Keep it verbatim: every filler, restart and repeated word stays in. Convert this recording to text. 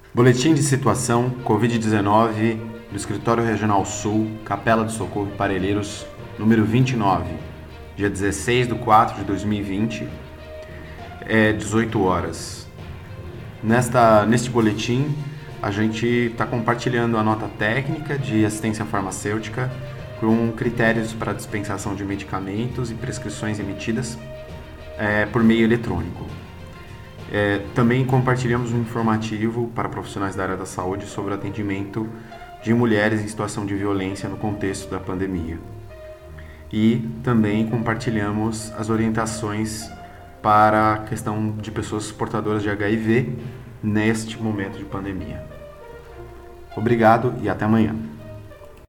Boletim de situação covid dezenove do Escritório Regional Sul, Capela do Socorro e Parelheiros, número vinte e nove, dia dezesseis de quatro de dois mil e vinte, é dezoito horas. Nesta, neste boletim, a gente está compartilhando a nota técnica de assistência farmacêutica com critérios para dispensação de medicamentos e prescrições emitidas é, por meio eletrônico. É, também compartilhamos um informativo para profissionais da área da saúde sobre o atendimento de mulheres em situação de violência no contexto da pandemia. E também compartilhamos as orientações para a questão de pessoas portadoras de H I V neste momento de pandemia. Obrigado e até amanhã.